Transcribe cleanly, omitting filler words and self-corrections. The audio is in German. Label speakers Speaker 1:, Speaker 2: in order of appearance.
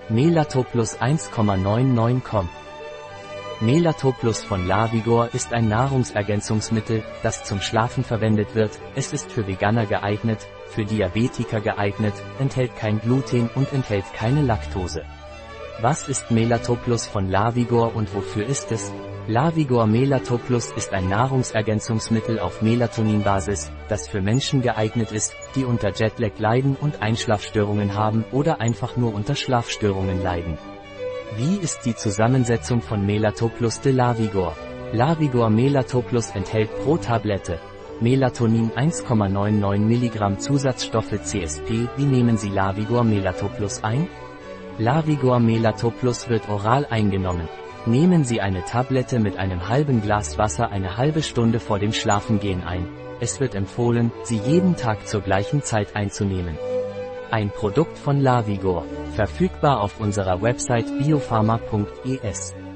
Speaker 1: Melatoplus 1,99 Melatoplus von Lavigor ist ein Nahrungsergänzungsmittel, das zum Schlafen verwendet wird. Es ist für Veganer geeignet, für Diabetiker geeignet, enthält kein Gluten und enthält keine Laktose. Was ist Melatoplus von Lavigor und wofür ist es? Lavigor Melatoplus ist ein Nahrungsergänzungsmittel auf Melatoninbasis, das für Menschen geeignet ist, die unter Jetlag leiden und Einschlafstörungen haben oder einfach nur unter Schlafstörungen leiden. Wie ist die Zusammensetzung von Melatoplus de Lavigor? Lavigor Melatoplus enthält pro Tablette Melatonin 1,99 mg Zusatzstoffe CSP. Wie nehmen Sie Lavigor Melatoplus ein? Lavigor Melatoplus wird oral eingenommen. Nehmen Sie eine Tablette mit einem halben Glas Wasser eine halbe Stunde vor dem Schlafengehen ein. Es wird empfohlen, sie jeden Tag zur gleichen Zeit einzunehmen. Ein Produkt von Lavigor, verfügbar auf unserer Website biopharma.es.